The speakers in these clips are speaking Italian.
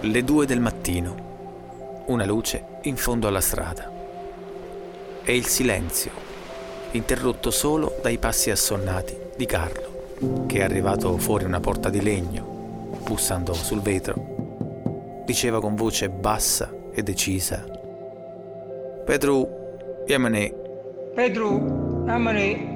le 2 del mattino, una luce in fondo alla strada. E il silenzio, interrotto solo dai passi assonnati di Carlo, che è arrivato fuori una porta di legno, bussando sul vetro. Diceva con voce bassa e decisa: Petru, yamane. Petru, amane.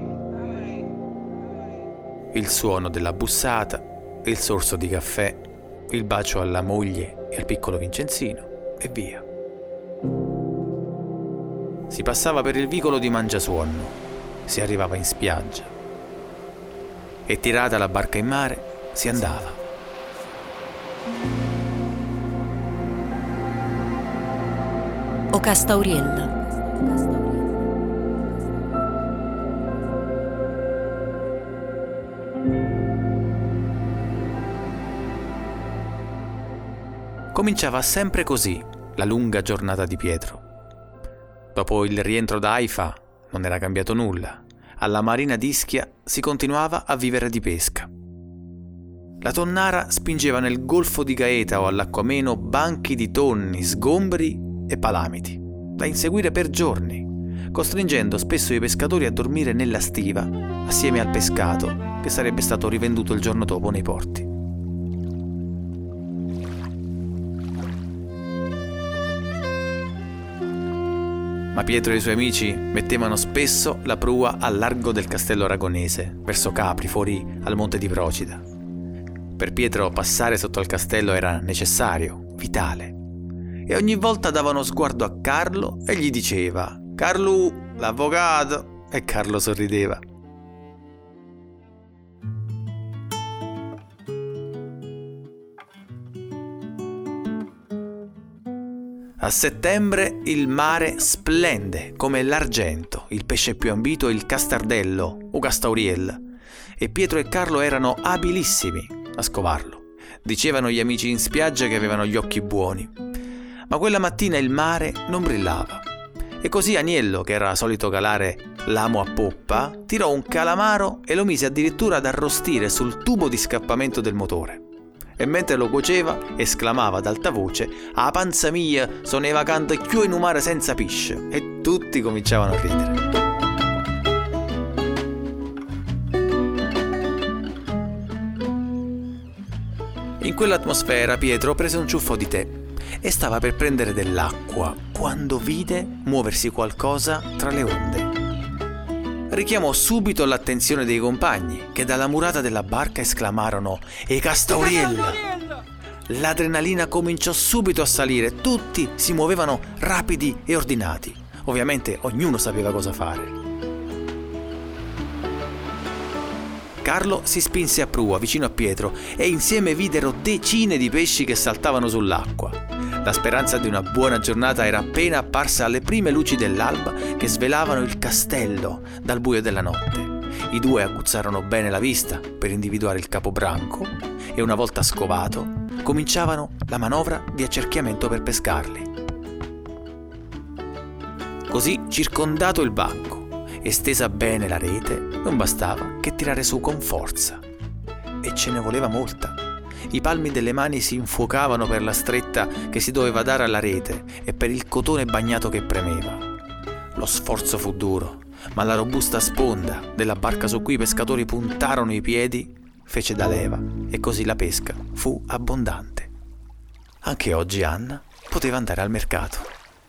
Il suono della bussata, il sorso di caffè, il bacio alla moglie e al piccolo Vincenzino e via. Si passava per il vicolo di Mangiasuonno, si arrivava in spiaggia e tirata la barca in mare si andava. O Castauriella. Cominciava sempre così la lunga giornata di Pietro. Dopo il rientro da Haifa non era cambiato nulla. Alla marina di Ischia si continuava a vivere di pesca. La tonnara spingeva nel golfo di Gaeta o all'Acquameno banchi di tonni, sgombri e palamiti, da inseguire per giorni, costringendo spesso i pescatori a dormire nella stiva assieme al pescato che sarebbe stato rivenduto il giorno dopo nei porti. Ma Pietro e i suoi amici mettevano spesso la prua al largo del castello aragonese, verso Capri, fuori al monte di Procida. Per Pietro passare sotto al castello era necessario, vitale. E ogni volta dava uno sguardo a Carlo e gli diceva: «Carlo, l'avvocato!» E Carlo sorrideva. A settembre il mare splende come l'argento, il pesce più ambito è il castardello o castauriella, e Pietro e Carlo erano abilissimi a scovarlo. Dicevano gli amici in spiaggia che avevano gli occhi buoni. Ma quella mattina il mare non brillava, e così Aniello, che era solito calare l'amo a poppa, tirò un calamaro e lo mise addirittura ad arrostire sul tubo di scappamento del motore. E mentre lo cuoceva esclamava ad alta voce: «A panza mia, sono vacante più in un mare senza pesce!» E tutti cominciavano a ridere. In quell'atmosfera Pietro prese un ciuffo di tè e stava per prendere dell'acqua quando vide muoversi qualcosa tra le onde. Richiamò subito l'attenzione dei compagni, che dalla murata della barca esclamarono: «E Castauriella!» L'adrenalina cominciò subito a salire, tutti si muovevano rapidi e ordinati. Ovviamente ognuno sapeva cosa fare. Carlo si spinse a prua vicino a Pietro e insieme videro decine di pesci che saltavano sull'acqua. La speranza di una buona giornata era appena apparsa alle prime luci dell'alba che svelavano il castello dal buio della notte. I due aguzzarono bene la vista per individuare il capobranco e una volta scovato cominciavano la manovra di accerchiamento per pescarli. Così, circondato il banco e stesa bene la rete, non bastava che tirare su con forza. E ce ne voleva molta. I palmi delle mani si infuocavano per la stretta che si doveva dare alla rete e per il cotone bagnato che premeva. Lo sforzo fu duro, ma la robusta sponda della barca su cui i pescatori puntarono i piedi fece da leva e così la pesca fu abbondante. Anche oggi Anna poteva andare al mercato.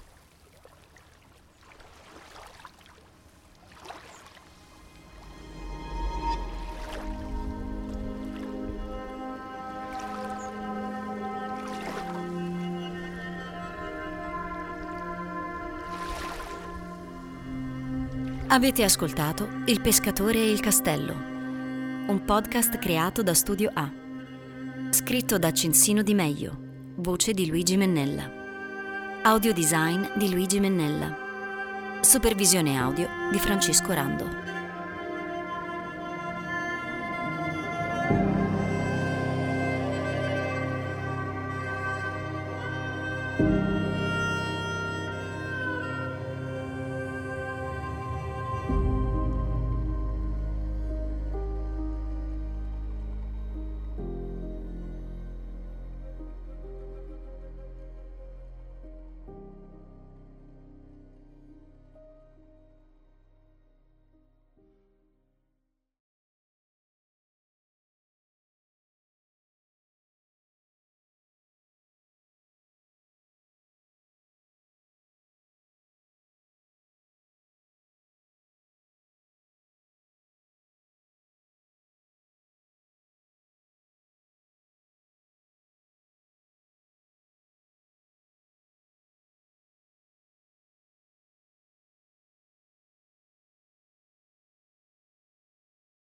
Avete ascoltato Il pescatore e il castello, un podcast creato da Studio A, scritto da Cinsino Di Meglio, voce di Luigi Mennella, audio design di Luigi Mennella, supervisione audio di Francesco Rando.